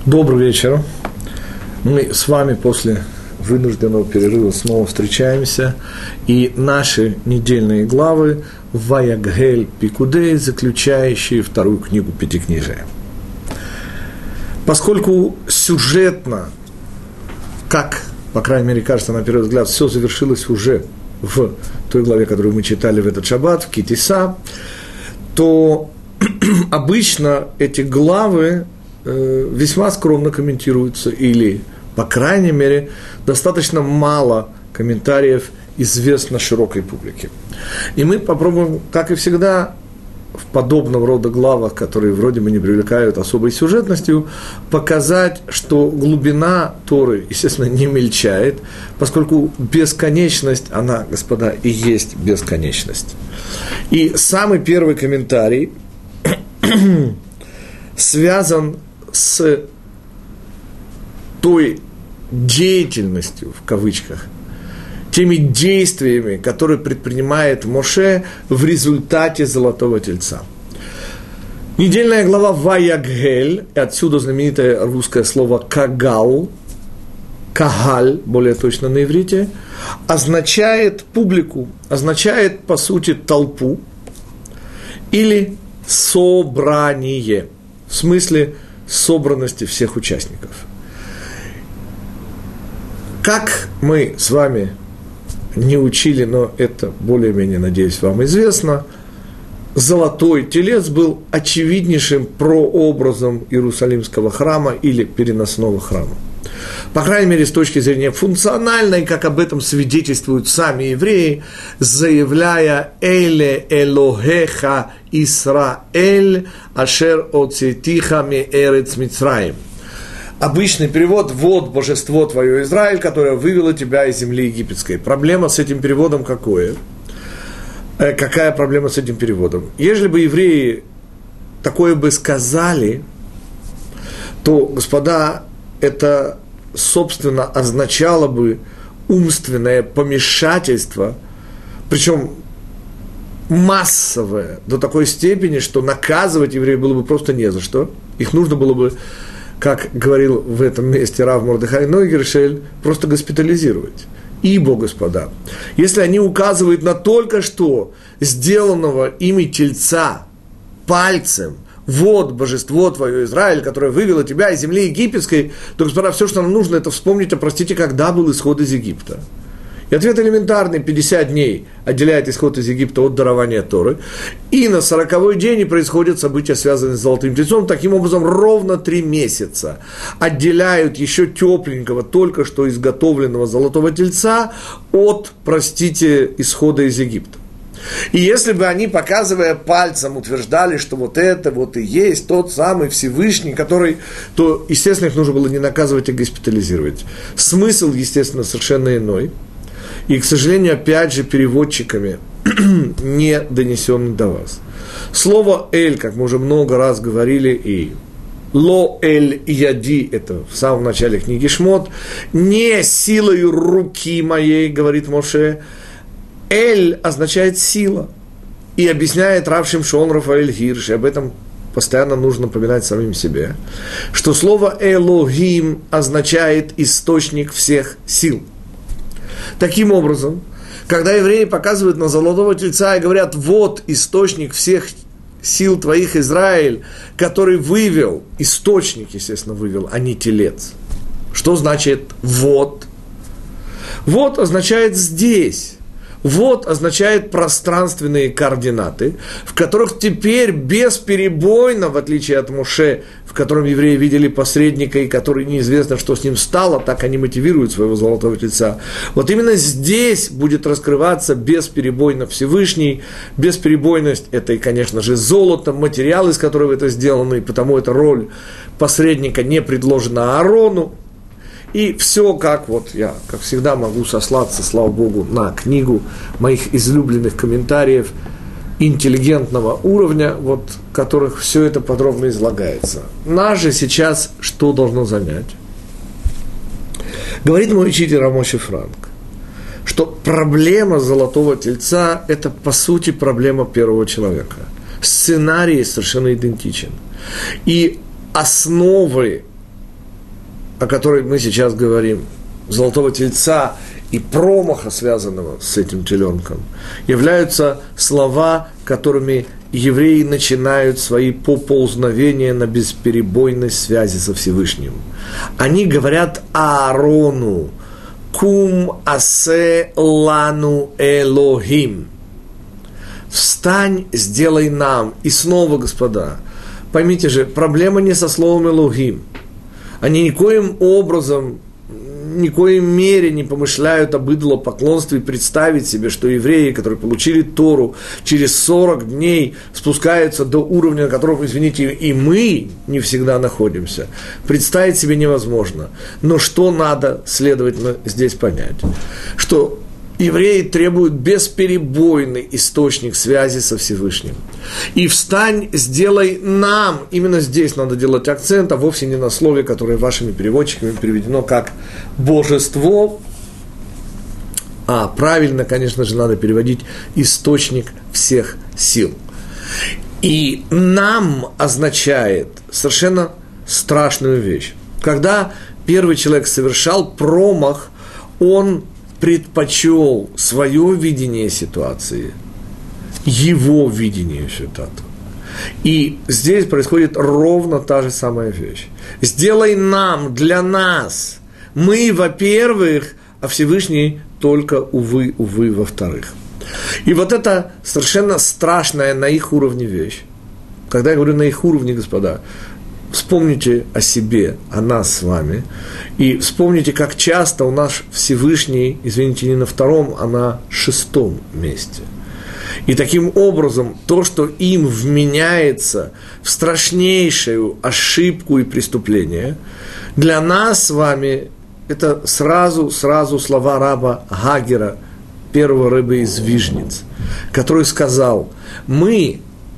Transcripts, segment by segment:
Добрый вечер. Мы с вами после вынужденного перерыва снова встречаемся. И наши недельные главы Ваягель Пикудей, заключающие вторую книгу Пятикнижия. Поскольку сюжетно, как, по крайней мере, кажется, на первый взгляд, все завершилось уже в той главе, которую мы читали в этот шаббат, в Ки-Тиса, то обычно эти главы весьма скромно комментируются, или, по крайней мере, достаточно мало комментариев известно широкой публике. И мы попробуем, как и всегда, в подобного рода главах, которые вроде бы не привлекают особой сюжетностью, показать, что глубина Торы, естественно, не мельчает, поскольку бесконечность, она, господа, и есть бесконечность. И самый первый комментарий связан с той деятельностью, в кавычках, теми действиями, которые предпринимает Моше в результате Золотого Тельца. Недельная глава Ваягель, и отсюда знаменитое русское слово «кагал», «кагаль», более точно на иврите, означает публику, означает, по сути, толпу или собрание, в смысле собранности всех участников. Как мы с вами не учили, но это более-менее, надеюсь, вам известно, Золотой Телец был очевиднейшим прообразом Иерусалимского храма или переносного храма. По крайней мере, с точки зрения функциональной, как об этом свидетельствуют сами евреи, заявляя «Эле Элохеха Исраэль, ашер оцетиха ме эрец Мицраим». Обычный перевод «Вот божество твое Израиль, которое вывело тебя из земли египетской». Проблема с этим переводом какая? Какая проблема с этим переводом? Если бы евреи такое бы сказали, то, господа, это, собственно, означало бы умственное помешательство, причем массовое, до такой степени, что наказывать евреев было бы просто не за что. Их нужно было бы, как говорил в этом месте Рав Мордехай Нойгершель, просто госпитализировать. Ибо, господа, если они указывают на только что сделанного ими тельца пальцем, вот божество твое Израиль, которое вывело тебя из земли египетской, то, господа, все, что нам нужно, это вспомнить, простите, когда был исход из Египта. И ответ элементарный: 50 дней отделяет исход из Египта от дарования Торы, и на 40-й день и происходят события, связанные с Золотым Тельцом. Таким образом, ровно 3 месяца отделяют еще тепленького, только что изготовленного Золотого Тельца от, простите, исхода из Египта. И если бы они, показывая пальцем, утверждали, что вот это вот и есть тот самый Всевышний, который, то, естественно, их нужно было не наказывать, а госпитализировать. Смысл, естественно, совершенно иной. И, к сожалению, опять же, переводчиками не донесен до вас. Слово «эль», как мы уже много раз говорили, и «ло эль яди», это в самом начале книги Шмот, «не силою руки моей», говорит Моше. «Эль» означает «сила». И объясняет Рав Шимшон Рафаэль Гирш, и об этом постоянно нужно напоминать самим себе, что слово «элохим» означает «источник всех сил». Таким образом, когда евреи показывают на Золотого Тельца и говорят: вот источник всех сил твоих, Израиль, который вывел, источник, естественно, вывел, а не телец. Что значит «вот»? «Вот» означает «здесь». «Вот» означает пространственные координаты, в которых теперь бесперебойно, в отличие от Моше, в котором евреи видели посредника, и который неизвестно, что с ним стало, так они мотивируют своего Золотого Тельца. Вот именно здесь будет раскрываться бесперебойно Всевышний. Бесперебойность – это, и, конечно же, золото, материал, из которого это сделано, и потому эта роль посредника не предложена Аарону. И все, как вот я, как всегда, могу сослаться, слава Богу, на книгу моих излюбленных комментариев интеллигентного уровня, вот, в которых все это подробно излагается. Нас же сейчас что должно занять? Говорит мой учитель Рав Моше Франк, что проблема Золотого Тельца – это, по сути, проблема первого человека. Сценарий совершенно идентичен. И основы о которой мы сейчас говорим, золотого тельца и промаха, связанного с этим теленком, являются слова, которыми евреи начинают свои поползновения на бесперебойной связи со Всевышним. Они говорят Аарону: «Кум асе лану Элохим». «Встань, сделай нам». И снова, господа, поймите же, проблема не со словом Элохим. Они никоим образом, ни в коей мере не помышляют об идолопоклонстве и представить себе, что евреи, которые получили Тору, через 40 дней спускаются до уровня, на котором, извините, и мы не всегда находимся. Представить себе невозможно. Но что надо, следовательно, здесь понять? Что евреи требуют бесперебойный источник связи со Всевышним. И «встань, сделай нам». Именно здесь надо делать акцент, а вовсе не на слове, которое вашими переводчиками переведено как «божество». А правильно, конечно же, надо переводить «источник всех сил». И «нам» означает совершенно страшную вещь. Когда первый человек совершал промах, он предпочел свое видение ситуации, его видение ситуации. И здесь происходит ровно та же самая вещь. «Сделай нам, для нас». Мы, во-первых, а Всевышний только, увы, во-вторых. И вот это совершенно страшная на их уровне вещь. Когда я говорю на их уровне, господа, вспомните о себе, о нас с вами, и вспомните, как часто у нас Всевышний, извините, не на втором, а на 6-м месте. И таким образом, то, что им вменяется в страшнейшую ошибку и преступление, для нас с вами это сразу слова раба Гагера, первого рыбы из Вижниц, который сказал: мы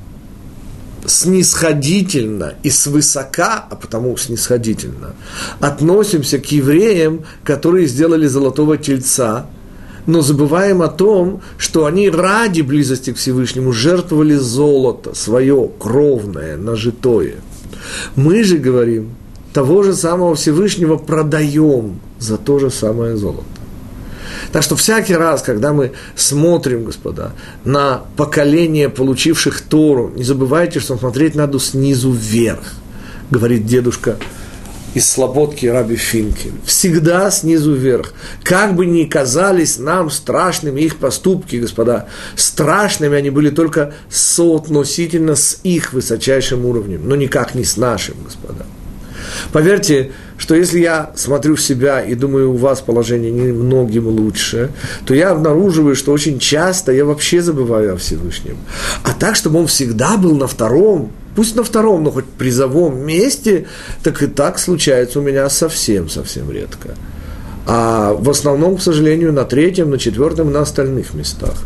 снисходительно и свысока, а потому снисходительно, относимся к евреям, которые сделали золотого тельца, но забываем о том, что они ради близости к Всевышнему жертвовали золото, свое кровное, нажитое. Мы же говорим, того же самого Всевышнего продаем за то же самое золото. Так что всякий раз, когда мы смотрим, господа, на поколение, получивших Тору, не забывайте, что смотреть надо снизу вверх, говорит дедушка из Слободки Раби Финкель. Всегда снизу вверх. Как бы ни казались нам страшными их поступки, господа, страшными они были только соотносительно с их высочайшим уровнем, но никак не с нашим, господа. Поверьте, что если я смотрю в себя и думаю, у вас положение немногим лучше, то я обнаруживаю, что очень часто я вообще забываю о Всевышнем. А так, чтобы он всегда был на втором, пусть на втором, но хоть призовом месте, так и так случается у меня совсем редко. А в основном, к сожалению, на третьем, на четвертом и на остальных местах.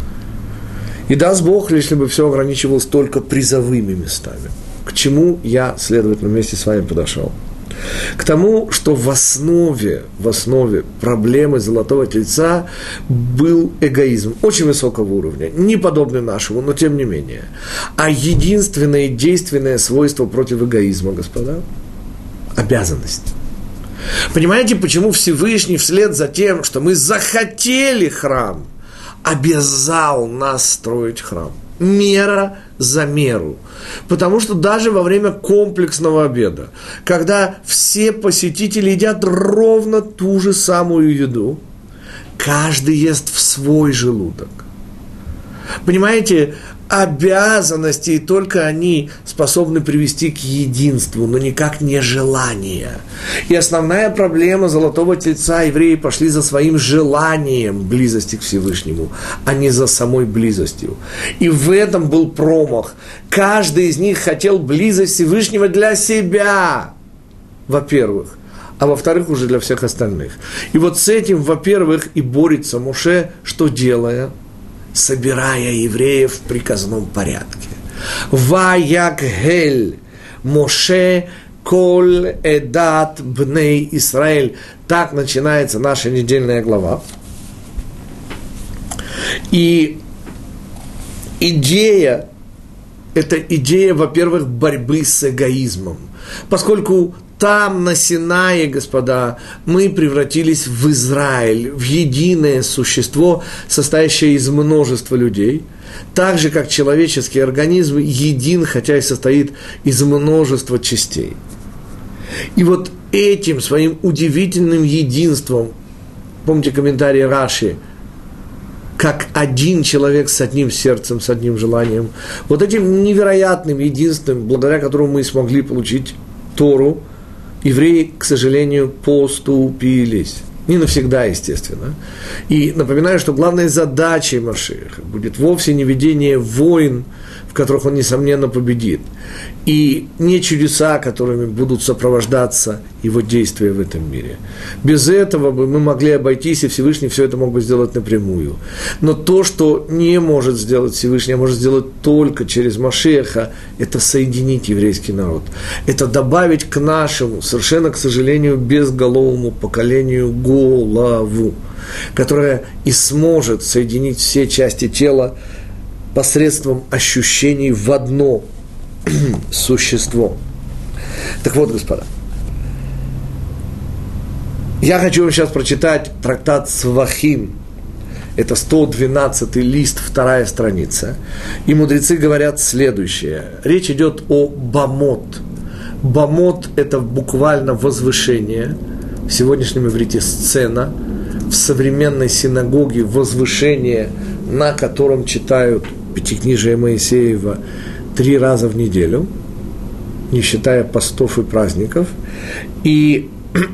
И даст Бог, если бы все ограничивалось только призовыми местами. К чему я, следовательно, вместе с вами подошел? К тому, что в основе проблемы золотого тельца был эгоизм очень высокого уровня, не подобный нашему, но тем не менее. А единственное действенное свойство против эгоизма, господа, обязанность. Понимаете, почему Всевышний вслед за тем, что мы захотели храм, обязал нас строить храм? Мера за меру. Потому что даже во время комплексного обеда, когда все посетители едят ровно ту же самую еду, каждый ест в свой желудок. Понимаете, обязанности, и только они способны привести к единству, но никак не желание. И основная проблема золотого тельца: евреи пошли за своим желанием близости к Всевышнему, а не за самой близостью. И в этом был промах. Каждый из них хотел близость Всевышнего для себя, во-первых, а во-вторых, уже для всех остальных. И вот с этим, во-первых, и борется Моше, что делая? Собирая евреев в приказном порядке. «Ваягхель Моше коль эдат бней Исраэль». Так начинается наша недельная глава. И это идея, во-первых, борьбы с эгоизмом. Поскольку там, на Синае, господа, мы превратились в Израиль, в единое существо, состоящее из множества людей, так же, как человеческий организм един, хотя и состоит из множества частей. И вот этим своим удивительным единством, помните комментарий Раши, как один человек с одним сердцем, с одним желанием, вот этим невероятным единством, благодаря которому мы смогли получить Тору, евреи, к сожалению, поступились. Не навсегда, естественно. И напоминаю, что главной задачей Машиаха будет вовсе не ведение войн, в которых он, несомненно, победит, и не чудеса, которыми будут сопровождаться его действия в этом мире. Без этого бы мы могли обойтись, и Всевышний все это мог бы сделать напрямую. Но то, что не может сделать Всевышний, а может сделать только через Машиаха, это соединить еврейский народ. Это добавить к нашему, совершенно, к сожалению, безголовому поколению голову, которая и сможет соединить все части тела посредством ощущений в одно существо. Так вот, господа, я хочу вам сейчас прочитать трактат Свахим. Это 112-й лист, 2-я страница. И мудрецы говорят следующее. Речь идет о бамот. Бамот – это буквально возвышение. В сегодняшнем иврите сцена. В современной синагоге возвышение, на котором читают Пятикнижие Моисеева 3 раза в неделю, не считая постов и праздников. И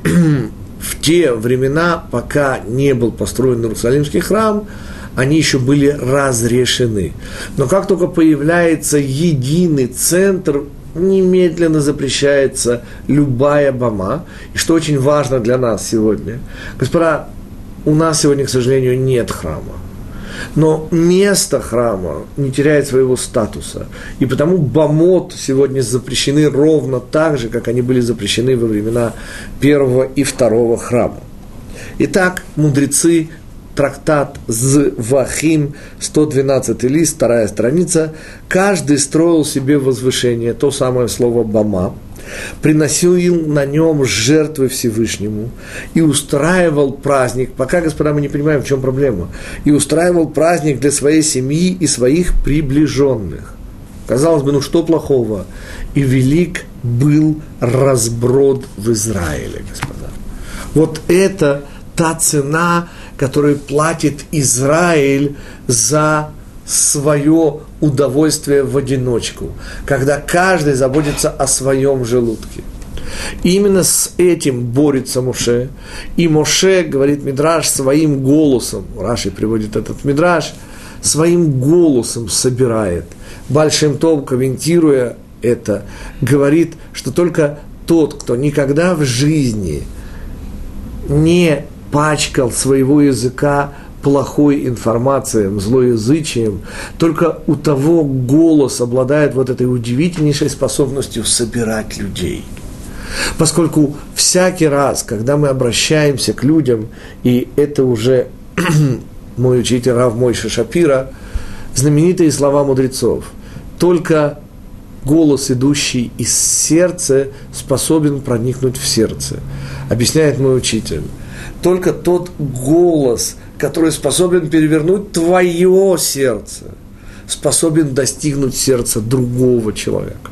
в те времена, пока не был построен Иерусалимский храм, они еще были разрешены. Но как только появляется единый центр, немедленно запрещается любая бама. И что очень важно для нас сегодня, господа, у нас сегодня, к сожалению, нет храма. Но место храма не теряет своего статуса. И потому бамот сегодня запрещены ровно так же, как они были запрещены во времена первого и второго храма. Итак, мудрецы, трактат Звахим, 112 лист, 2-я страница, каждый строил себе возвышение, то самое слово бама, приносил на нем жертвы Всевышнему и устраивал праздник, пока, господа, мы не понимаем, в чем проблема, и устраивал праздник для своей семьи и своих приближенных. Казалось бы, ну что плохого? И велик был разброд в Израиле, господа. Вот это та цена, которую платит Израиль за свое удовольствие в одиночку, когда каждый заботится о своем желудке. И именно с этим борется Моше. И Моше, говорит Мидраш, своим голосом, Раши приводит этот Мидраш, своим голосом собирает. Бааль Шем Тов, комментируя это, говорит, что только тот, кто никогда в жизни не пачкал своего языка плохой информацией, злоязычием, только у того голос обладает вот этой удивительнейшей способностью собирать людей. Поскольку всякий раз, когда мы обращаемся к людям, и это уже мой учитель Рав Мойше Шапира, знаменитые слова мудрецов, только голос, идущий из сердца, способен проникнуть в сердце. Объясняет мой учитель. Только тот голос, который способен перевернуть твое сердце, способен достигнуть сердца другого человека.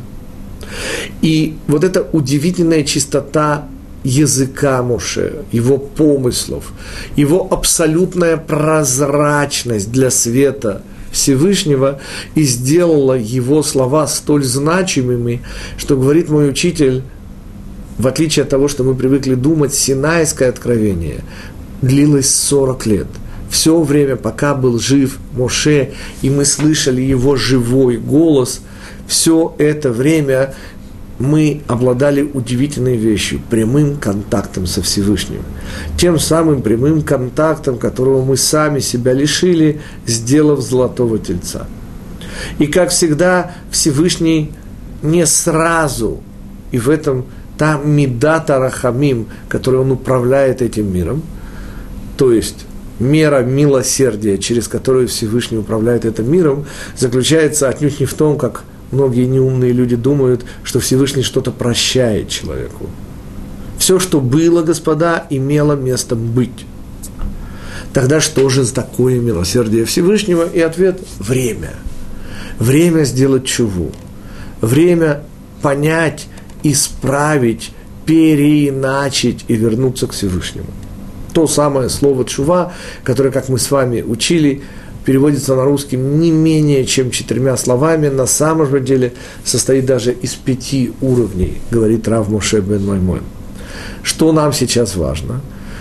И вот эта удивительная чистота языка Моше, его помыслов, его абсолютная прозрачность для света Всевышнего и сделала его слова столь значимыми, что, говорит мой учитель, в отличие от того, что мы привыкли думать, Синайское откровение длилось 40 лет. Все время, пока был жив Моше, и мы слышали его живой голос, все это время мы обладали удивительной вещью – прямым контактом со Всевышним. Тем самым прямым контактом, которого мы сами себя лишили, сделав золотого тельца. И, как всегда, Всевышний не сразу, и в этом та мидат арахамим, которой он управляет этим миром, то есть мера милосердия, через которую Всевышний управляет этим миром, заключается отнюдь не в том, как многие неумные люди думают, что Всевышний что-то прощает человеку. Все, что было, господа, имело место быть. Тогда что же такое милосердие Всевышнего? И ответ – время. Время сделать тшуву. Время понять, исправить, переиначить и вернуться к Всевышнему. То самое слово тшува, которое, как мы с вами учили, переводится на русский не менее чем 4 словами, на самом же деле состоит даже из 5 уровней, говорит Рав Моше бен Маймон. Что нам сейчас важно?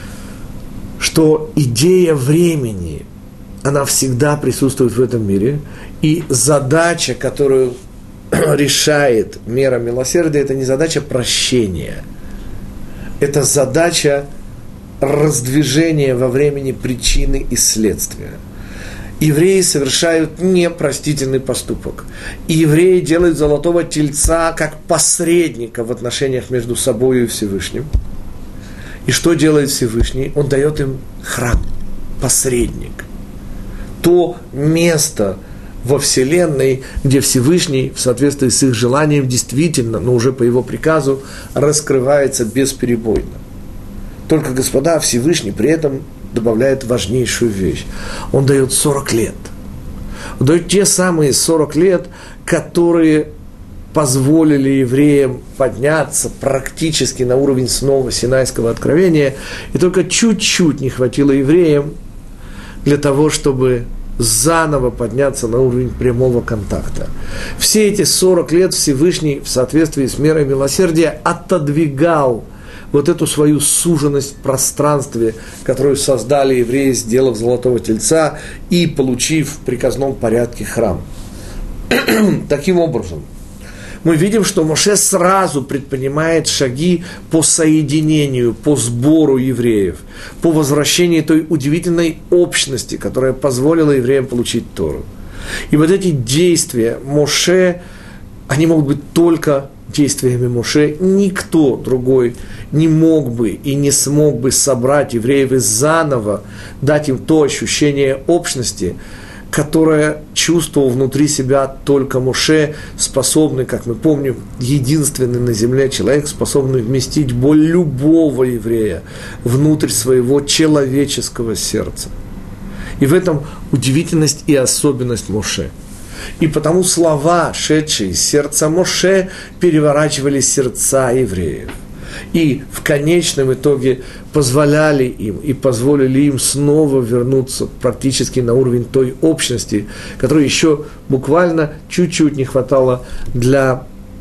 Что идея времени, она всегда присутствует в этом мире, и задача, которую решает мера милосердия, это не задача прощения, это задача раздвижения во времени причины и следствия. Евреи совершают непростительный поступок. И евреи делают золотого тельца как посредника в отношениях между собой и Всевышним. И что делает Всевышний? Он дает им храм, посредник. То место во Вселенной, где Всевышний, в соответствии с их желанием, действительно, но уже по его приказу, раскрывается бесперебойно. Только, господа, Всевышний при этом добавляет важнейшую вещь. Он дает 40 лет. Он дает те самые 40 лет, которые позволили евреям подняться практически на уровень снова Синайского откровения, и только чуть-чуть не хватило евреям для того, чтобы заново подняться на уровень прямого контакта. Все эти 40 лет Всевышний в соответствии с мерой милосердия отодвигал вот эту свою суженность в пространстве, которую создали евреи, сделав золотого тельца и получив в приказном порядке храм. Таким образом, мы видим, что Моше сразу предпринимает шаги по соединению, по сбору евреев, по возвращению той удивительной общности, которая позволила евреям получить Тору. И вот эти действия Моше, они могут быть только действиями Моше. Никто другой не мог бы и не смог бы собрать евреев и заново дать им то ощущение общности, которое чувствовал внутри себя только Моше, способный, как мы помним, единственный на земле человек, способный вместить боль любого еврея внутрь своего человеческого сердца. И в этом удивительность и особенность Моше. И потому слова, шедшие из сердца Моше, переворачивали сердца евреев. И в конечном итоге позволяли им и позволили им снова вернуться практически на уровень той общности, которой еще буквально чуть-чуть не хватало для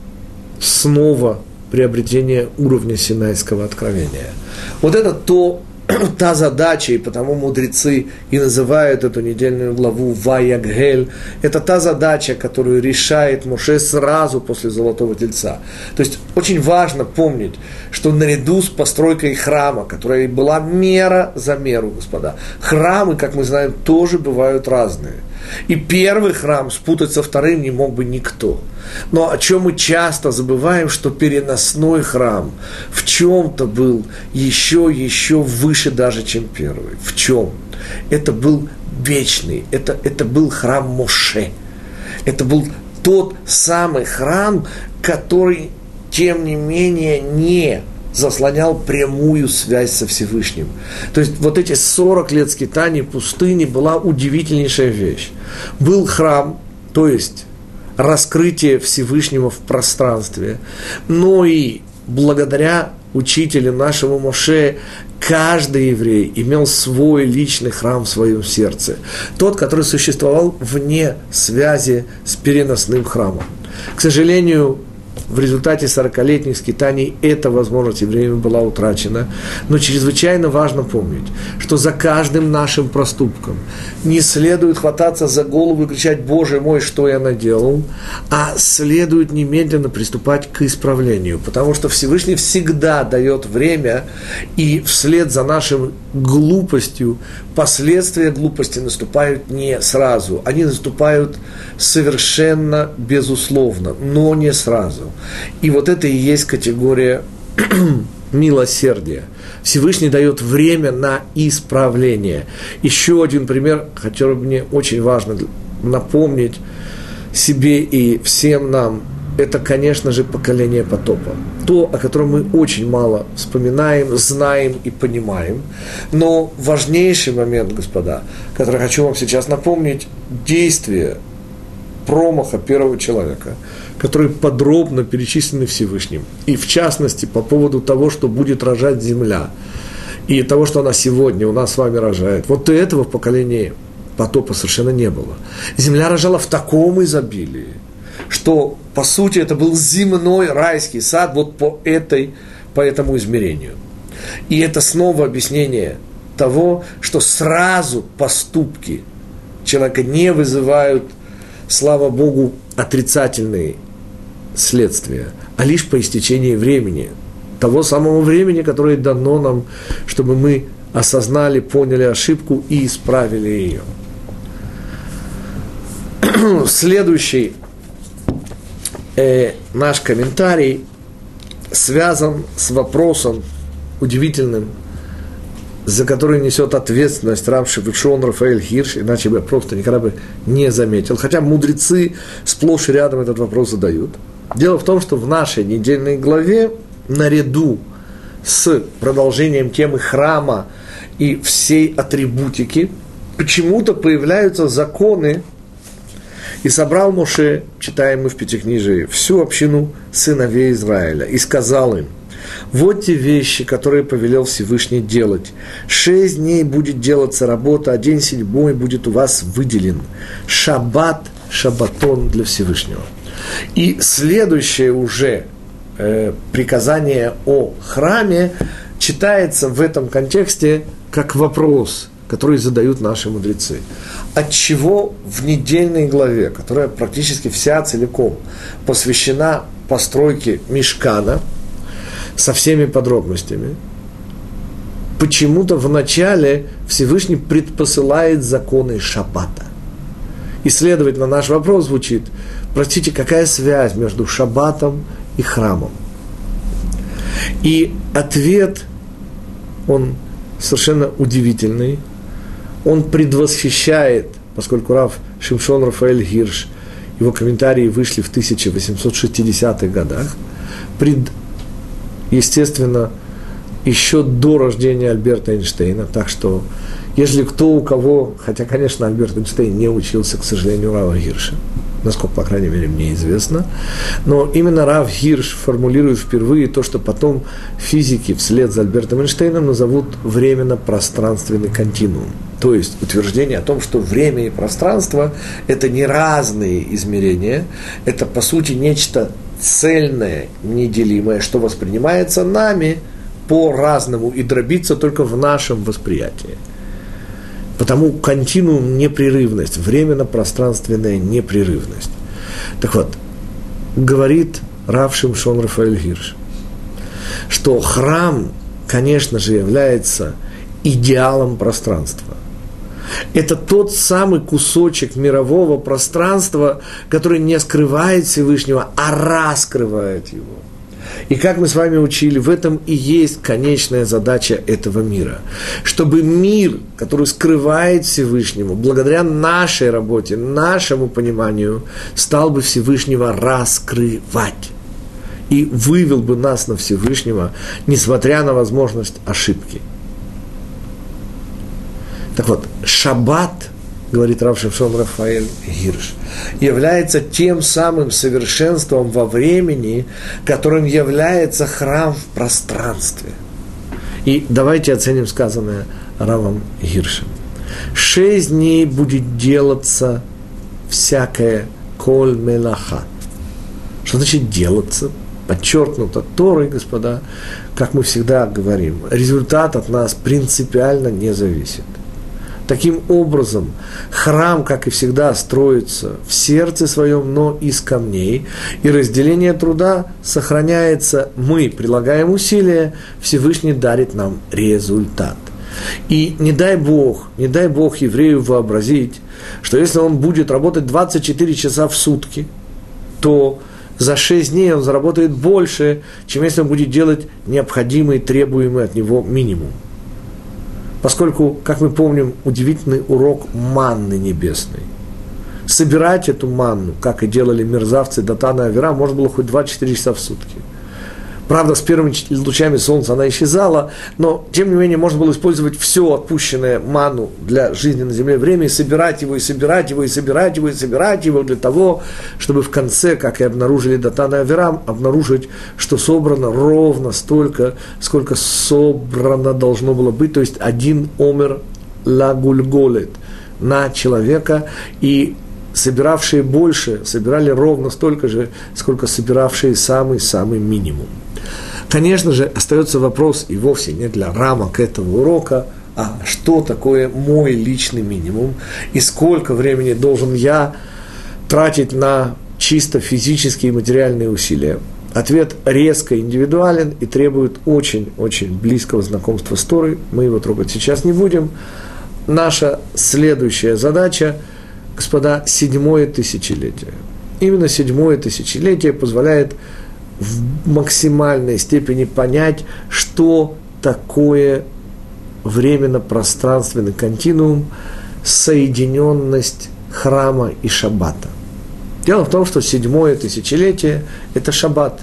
снова приобретения уровня Синайского откровения. Вот это та задача, и потому мудрецы и называют эту недельную главу «Ваягель». Это та задача, которую решает Моше сразу после Золотого Тельца. То есть очень важно помнить, что наряду с постройкой храма, которая была мера за меру, господа, храмы, как мы знаем, тоже бывают разные. И первый храм спутать со вторым не мог бы никто. Но о чем мы часто забываем, что переносной храм в чем-то был еще выше даже, чем первый. В чем? Это был вечный, это был храм Моше. Это был тот самый храм, который, тем не менее, не заслонял прямую связь со Всевышним. То есть вот эти 40 лет скитаний в пустыне была удивительнейшая вещь. Был храм, то есть раскрытие Всевышнего в пространстве, но и благодаря учителю нашему Моше каждый еврей имел свой личный храм в своем сердце. Тот, который существовал вне связи с переносным храмом. К сожалению, в результате 40-летних скитаний эта возможность евреям была утрачена. Но чрезвычайно важно помнить, что за каждым нашим проступком не следует хвататься за голову и кричать: «Боже мой, что я наделал?», а следует немедленно приступать к исправлению. Потому что Всевышний всегда дает время, и вслед за нашей глупостью последствия глупости наступают не сразу. Они наступают совершенно безусловно, но не сразу. И вот это и есть категория милосердия. Всевышний дает время на исправление. Еще один пример, который мне очень важно напомнить себе и всем нам это, конечно же, поколение потопа. То, о котором мы очень мало вспоминаем, знаем и понимаем. Но важнейший момент, господа, который хочу вам сейчас напомнить, действие промаха первого человека, которые подробно перечислены Всевышним. И в частности, по поводу того, что будет рожать земля, и того, что она сегодня у нас с вами рожает. Вот этого в поколении потопа совершенно не было. Земля рожала в таком изобилии, что, по сути, это был земной райский сад вот по этому измерению. И это снова объяснение того, что сразу поступки человека не вызывают, слава Богу, отрицательные следствия, а лишь по истечении времени, того самого времени, которое дано нам, чтобы мы осознали, поняли ошибку и исправили ее. Следующий наш комментарий связан с вопросом удивительным, за который несет ответственность рав Шимшон Рафаэль Хирш, иначе бы я просто никогда бы не заметил. Хотя мудрецы сплошь и рядом этот вопрос задают. Дело в том, что в нашей недельной главе, наряду с продолжением темы храма и всей атрибутики, почему-то появляются законы, и собрал Моше, читаем мы в Пятикнижии, всю общину сыновей Израиля, и сказал им: вот те вещи, которые повелел Всевышний делать. 6 дней будет делаться работа, а день 7 будет у вас выделен. Шаббат, шаббатон для Всевышнего. И следующее уже приказание о храме читается в этом контексте как вопрос, который задают наши мудрецы. Отчего в недельной главе, которая практически вся целиком посвящена постройке мишкана со всеми подробностями, почему-то в начале Всевышний предпосылает законы шаббата. И, следовательно, наш вопрос звучит: простите, какая связь между шаббатом и храмом? И ответ, он совершенно удивительный. Он предвосхищает, поскольку рав Шимшон Рафаэль Хирш, его комментарии вышли в 1860-х годах, естественно, еще до рождения Альберта Эйнштейна. Так что, если кто у кого, хотя, конечно, Альберт Эйнштейн не учился, к сожалению, у рава Хирша, насколько, по крайней мере, мне известно, но именно рав Хирш формулирует впервые то, что потом физики вслед за Альбертом Эйнштейном назовут временно-пространственный континуум. То есть утверждение о том, что время и пространство – это не разные измерения, это, по сути, нечто цельное, неделимое, что воспринимается нами по-разному и дробится только в нашем восприятии. Потому континуум – непрерывность, временно-пространственная непрерывность. Так вот, говорит рав Шимшон Рафаэль Хирш, что храм, конечно же, является идеалом пространства. Это тот самый кусочек мирового пространства, который не скрывает Всевышнего, а раскрывает его. И как мы с вами учили, в этом и есть конечная задача этого мира. Чтобы мир, который скрывает Всевышнего, благодаря нашей работе, нашему пониманию, стал бы Всевышнего раскрывать. И вывел бы нас на Всевышнего, несмотря на возможность ошибки. Так вот, шаббат, говорит рав Шимшон Рафаэль Хирш, является тем самым совершенством во времени, которым является храм в пространстве. И давайте оценим сказанное равом Хиршем. 6 дней будет делаться всякое коль мелаха. Что значит делаться? Подчеркнуто Торой, господа, как мы всегда говорим, результат от нас принципиально не зависит. Таким образом, храм, как и всегда, строится в сердце своем, но из камней, и разделение труда сохраняется. Мы прилагаем усилия, Всевышний дарит нам результат. И не дай Бог еврею вообразить, что если он будет работать 24 часа в сутки, то за 6 дней он заработает больше, чем если он будет делать необходимый, требуемый от него минимум. Поскольку, как мы помним, удивительный урок манны небесной. Собирать эту манну, как и делали мерзавцы Датан и Авирам, можно было хоть 24 часа в сутки. Правда, с первыми лучами солнца она исчезала, но, тем не менее, можно было использовать все отпущенное ману для жизни на земле время и собирать его, и собирать его, и собирать его, и собирать его для того, чтобы в конце, как и обнаружили Датан и Авирам, обнаружить, что собрано ровно столько, сколько собрано должно было быть, то есть один омер лагульголет на человека, и собиравшие больше, собирали ровно столько же, сколько собиравшие самый-самый минимум. Конечно же, остается вопрос, и вовсе не для рамок этого урока, а что такое мой личный минимум, и сколько времени должен я тратить на чисто физические и материальные усилия. Ответ резко индивидуален и требует очень-очень близкого знакомства с Торой. Мы его трогать сейчас не будем. Наша следующая задача, господа, 7-е тысячелетие. Именно 7-е тысячелетие позволяет в максимальной степени понять, что такое временно-пространственный континуум, соединенность храма и шаббата. Дело в том, что 7-е тысячелетие – это шаббат.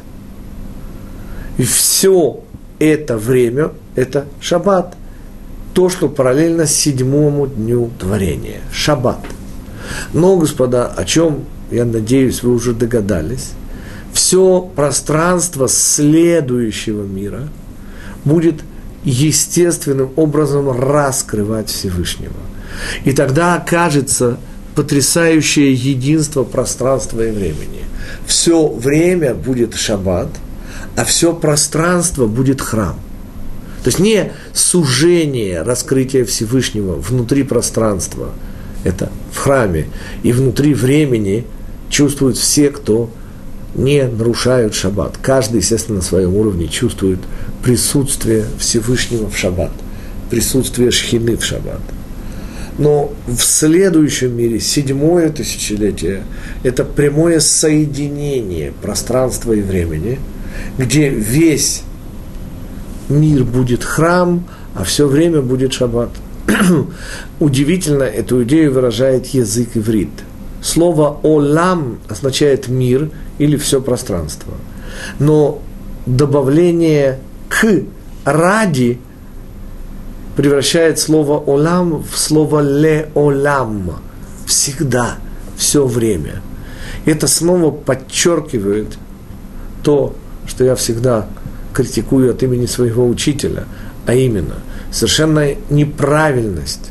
И все это время – это шаббат. То, что параллельно 7-му дню творения – шаббат. Но, господа, о чем, я надеюсь, вы уже догадались, все пространство следующего мира будет естественным образом раскрывать Всевышнего. И тогда окажется потрясающее единство пространства и времени. Все время будет шаббат, а все пространство будет храм. То есть не сужение раскрытия Всевышнего внутри пространства, это в храме, и внутри времени чувствуют все, кто не нарушают шаббат. Каждый, естественно, на своем уровне чувствует присутствие Всевышнего в шаббат, присутствие Шхины в шаббат. Но в следующем мире, 7-е тысячелетие, это прямое соединение пространства и времени, где весь мир будет храм, а все время будет шаббат. Удивительно, эту идею выражает язык иврит. Слово «олам» означает «мир» или «все пространство». Но добавление «к» «ради» превращает слово «олам» в слово «ле-олам» – всегда, все время. Это снова подчеркивает то, что я всегда критикую от имени своего учителя, а именно совершенная неправильность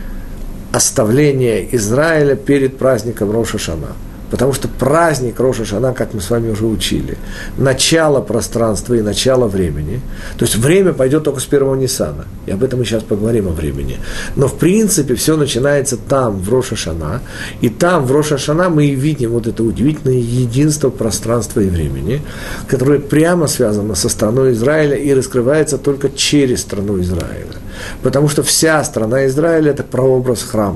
оставления Израиля перед праздником Рош ха-Шана. Потому что праздник Рош ха-Шана, как мы с вами уже учили, начало пространства и начало времени. То есть время пойдет только с первого Ниссана. И об этом мы сейчас поговорим о времени. Но в принципе все начинается там, в Рош ха-Шана. И там, в Рош ха-Шана, мы и видим вот это удивительное единство пространства и времени, которое прямо связано со страной Израиля и раскрывается только через страну Израиля. Потому что вся страна Израиля – это прообраз храма.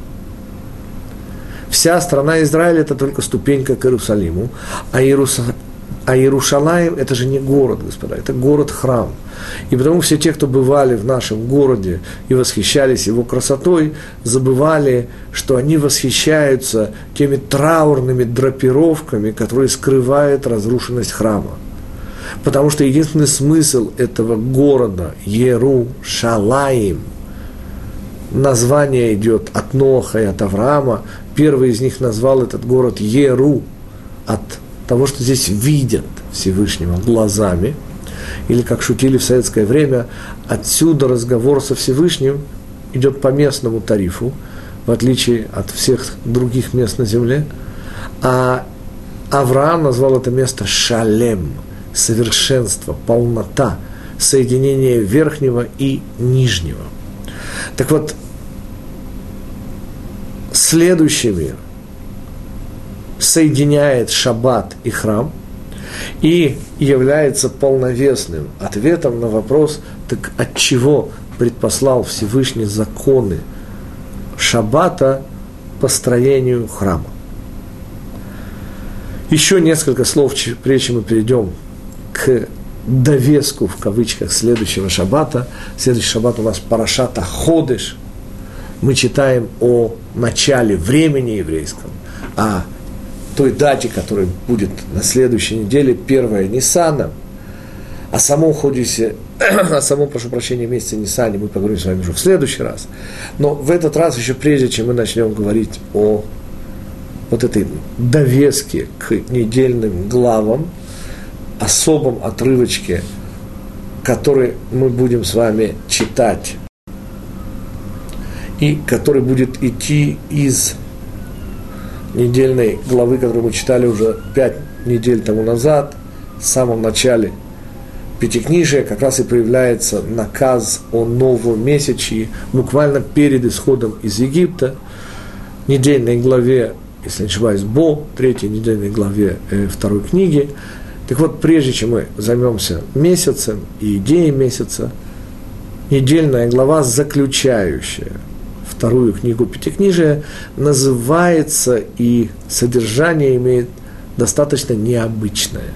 Вся страна Израиля – это только ступенька к Иерусалиму, а Иерушалаим – это же не город, господа, это город-храм. И потому все те, кто бывали в нашем городе и восхищались его красотой, забывали, что они восхищаются теми траурными драпировками, которые скрывают разрушенность храма. Потому что единственный смысл этого города – Иерушалаим, название идет от Ноха и от Авраама. Первый из них назвал этот город Еру, от того, что здесь видят Всевышнего глазами. Или, как шутили в советское время, отсюда разговор со Всевышним идет по местному тарифу, в отличие от всех других мест на земле. А Авраам назвал это место Шалем, совершенство, полнота, соединение верхнего и нижнего. Так вот, следующий мир соединяет шаббат и храм и является полновесным ответом на вопрос, так от чего предпослал Всевышний законы шаббата по строению храма. Еще несколько слов, прежде чем мы перейдем к довеску, в кавычках, следующего шаббата. Следующий шаббат у нас Парашат ха-Ходеш. Мы читаем о начале времени еврейском, о той дате, которая будет на следующей неделе, 1 Ниссана, о самом Ходисе, о самом, прошу прощения, месяце Ниссане мы поговорим с вами уже в следующий раз. Но в этот раз, еще прежде, чем мы начнем говорить о вот этой довеске к недельным главам, особом отрывочке, который мы будем с вами читать, и который будет идти из недельной главы, которую мы читали уже 5 недель тому назад, в самом начале Пятикнижия, как раз и появляется наказ о новом месячии, буквально перед исходом из Египта, недельной главе, если не ошибаюсь, Бо, 3 недельной главе 2 книги. Так вот, прежде чем мы займемся месяцем и идеей месяца, недельная глава, заключающая 2 книгу Пятикнижия, называется и содержание имеет достаточно необычное.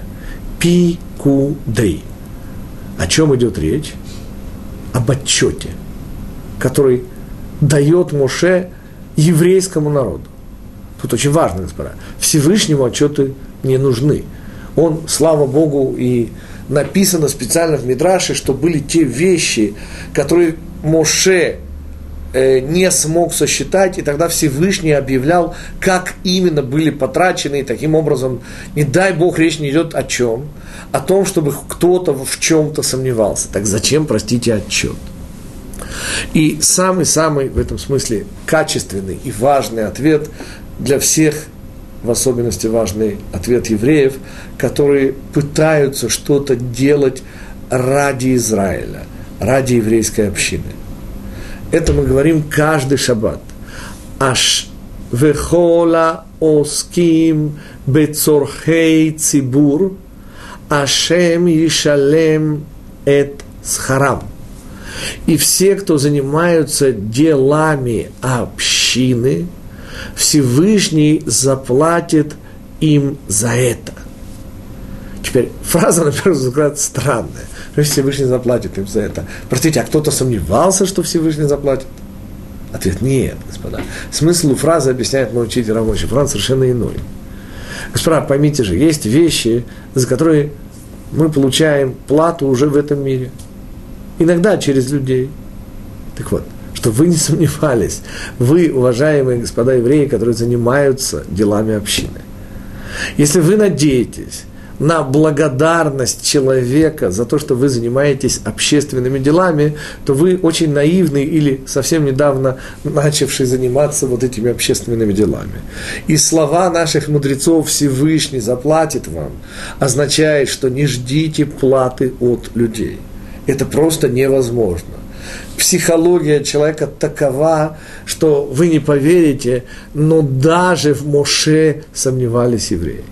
Пикудей. О чем идет речь? Об отчете, который дает Моше еврейскому народу. Тут очень важно, господа. Всевышнему отчеты не нужны. Он, слава Богу, и написано специально в Мидраше, что были те вещи, которые Моше не смог сосчитать, и тогда Всевышний объявлял, как именно были потрачены, и таким образом, не дай Бог, речь не идет о чем? О том, чтобы кто-то в чем-то сомневался. Так зачем, простите, отчет? И самый-самый в этом смысле качественный и важный ответ для всех, в особенности важный ответ евреев, которые пытаются что-то делать ради Израиля, ради еврейской общины. Это мы говорим каждый шаббат. Аш вехола оским бецорхей цибур ашем ишалем эт схарам. И все, кто занимаются делами общины, Всевышний заплатит им за это. Теперь фраза, на первый взгляд, странная. Всевышний заплатит им за это. Простите, а кто-то сомневался, что Всевышний заплатит? Ответ – нет, господа. Смысл фразы объясняет мой учитель Рав Моше Франц совершенно иной. Господа, поймите же, есть вещи, за которые мы получаем плату уже в этом мире. Иногда через людей. Так вот, чтобы вы не сомневались, вы, уважаемые господа евреи, которые занимаются делами общины, если вы надеетесь на благодарность человека за то, что вы занимаетесь общественными делами, то вы очень наивны или совсем недавно начавший заниматься вот этими общественными делами. И слова наших мудрецов «Всевышний заплатит вам» означает, что не ждите платы от людей. Это просто невозможно. Психология человека такова, что вы не поверите, но даже в Моше сомневались евреи.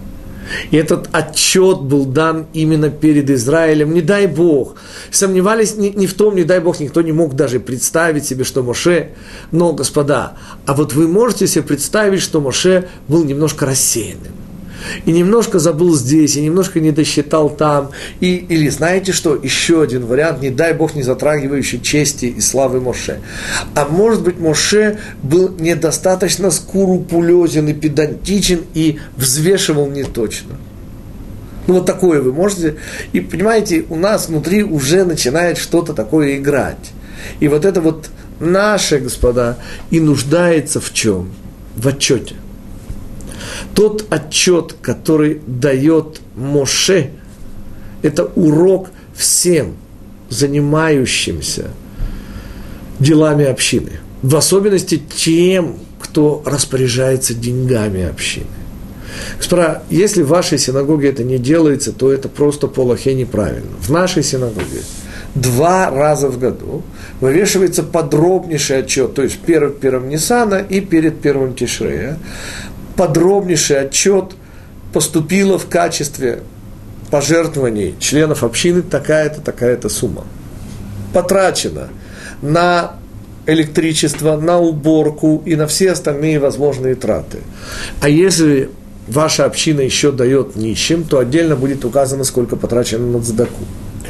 И этот отчет был дан именно перед Израилем. Не дай Бог. Сомневались не в том, не дай Бог, никто не мог даже представить себе, что Моше. Но, господа, а вот вы можете себе представить, что Моше был немножко рассеянным. И немножко забыл здесь, и немножко не досчитал там. Или знаете что, еще один вариант, не дай Бог, не затрагивающий чести и славы Моше. А может быть, Моше был недостаточно скрупулезен и педантичен, и взвешивал неточно. Ну, вот такое вы можете. И, понимаете, у нас внутри уже начинает что-то такое играть. И вот это вот наше, господа, и нуждается в чем? В отчете. Тот отчет, который дает Моше, это урок всем занимающимся делами общины. В особенности тем, кто распоряжается деньгами общины. Господа, если в вашей синагоге это не делается, то это просто по Алахе неправильно. В нашей синагоге 2 раза в году вывешивается подробнейший отчет, то есть перед 1 Ниссана и перед 1 Тишрея. Подробнейший отчет поступила в качестве пожертвований членов общины такая-то, такая-то сумма. Потрачено на электричество, на уборку и на все остальные возможные траты. А если ваша община еще дает нищим, то отдельно будет указано, сколько потрачено на цдаку.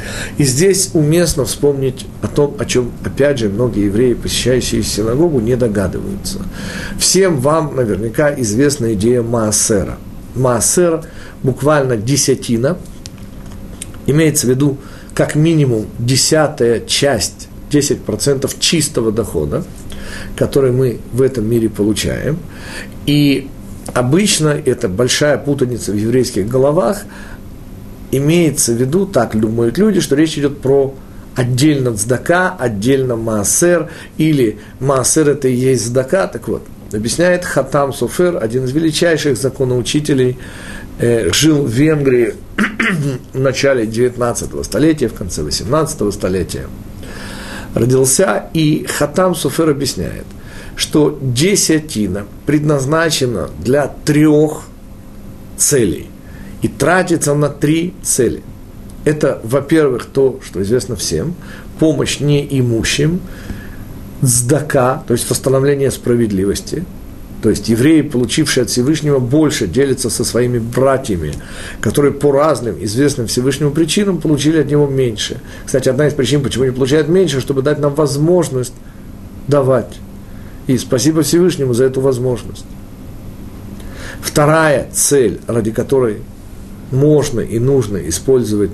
И здесь уместно вспомнить о том, о чем, опять же, многие евреи, посещающие синагогу, не догадываются. Всем вам наверняка известна идея маасера. Маасер буквально десятина, имеется в виду как минимум 10% часть, 10% чистого дохода, который мы в этом мире получаем. И обычно это большая путаница в еврейских головах. Имеется в виду, так думают люди, что речь идет про отдельно цдака, отдельно маасер, или маасер это и есть цдака. Так вот, объясняет Хатам Софер, один из величайших законоучителей, жил в Венгрии в начале 19 столетия, в конце 18 столетия. Родился, и Хатам Софер объясняет, что десятина предназначена для 3 целей и тратится на 3 цели. Это, во-первых, то, что известно всем, помощь неимущим, цдака, то есть восстановление справедливости. То есть евреи, получившие от Всевышнего больше, делятся со своими братьями, которые по разным известным Всевышнему причинам получили от него меньше. Кстати, одна из причин, почему они получают меньше, чтобы дать нам возможность давать. И спасибо Всевышнему за эту возможность. Вторая цель, ради которой можно и нужно использовать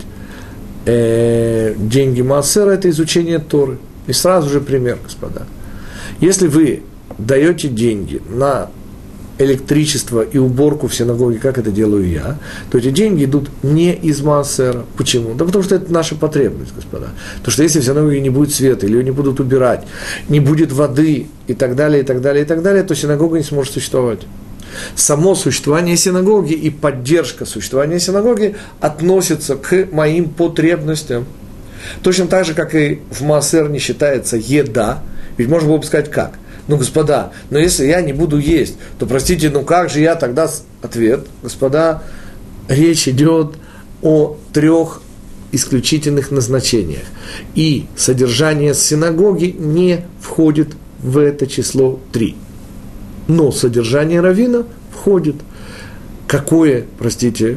деньги маасера, это изучение Торы. И сразу же пример, господа. Если вы даете деньги на электричество и уборку в синагоге, как это делаю я, то эти деньги идут не из маасера. Почему? Да потому что это наша потребность, господа. Потому что если в синагоге не будет света, или ее не будут убирать, не будет воды и так далее, и так далее, и так далее, то синагога не сможет существовать. Само существование синагоги и поддержка существования синагоги относятся к моим потребностям. Точно так же, как и в маасер не считается еда, ведь можно было бы сказать как? Ну, господа, но если я не буду есть, то, простите, ну как же я тогда... Ответ, господа, речь идет о 3 исключительных назначениях. И содержание синагоги не входит в это число 3. Но содержание раввина входит. Какое, простите,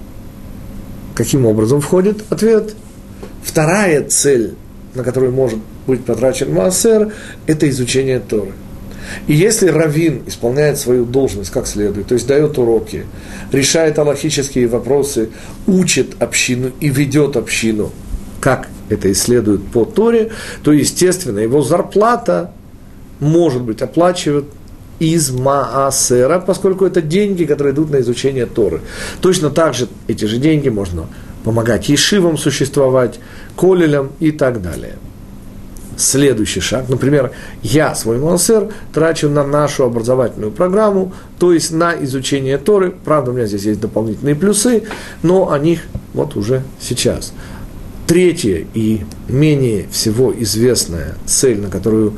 каким образом входит? Ответ. Вторая цель, на которую может быть потрачен маасер, это изучение Торы. И если раввин исполняет свою должность как следует, то есть дает уроки, решает алахические вопросы, учит общину и ведет общину, как это и следует по Торе, то, естественно, его зарплата может быть оплачивать из маасера, поскольку это деньги, которые идут на изучение Торы. Точно так же эти же деньги можно помогать ешивам существовать, колелям и так далее. Следующий шаг, например, я свой маасер трачу на нашу образовательную программу, то есть на изучение Торы. Правда, у меня здесь есть дополнительные плюсы, но о них вот уже сейчас. Третья и менее всего известная цель, на которую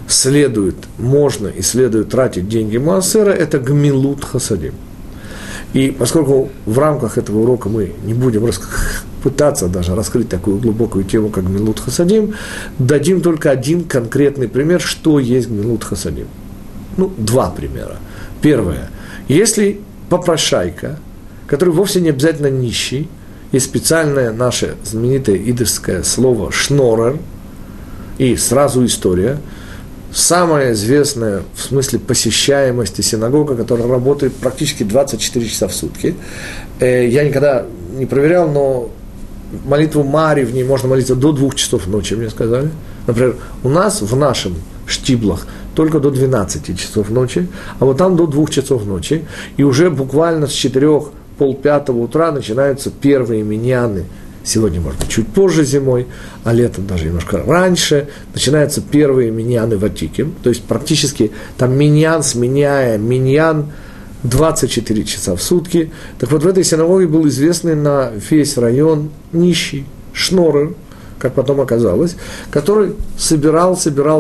можно и следует тратить деньги маасера, это гмилут хасадим. И поскольку в рамках этого урока мы не будем пытаться даже раскрыть такую глубокую тему, как гмилут хасадим, дадим только один конкретный пример, что есть гмилут хасадим. 2 примера. Первое. Если попрошайка, который вовсе не обязательно нищий, есть специальное наше знаменитое идышское слово «шнорер», и сразу история, самая известная в смысле посещаемости синагога, которая работает практически 24 часа в сутки. Я никогда не проверял, но молитву Мари в ней можно молиться до 2 часов ночи, мне сказали. Например, у нас в нашем штиблах только до 12 часов ночи, а вот там до 2 часов ночи. И уже буквально с 4:30 утра начинаются первые миньяны. Сегодня, может быть, чуть позже зимой, а летом даже немножко раньше, начинаются первые миньяны ватиким, то есть практически там миньян, сменяя миньян 24 часа в сутки. Так вот, в этой синагоге был известный на весь район нищий шнорер, как потом оказалось, который собирал,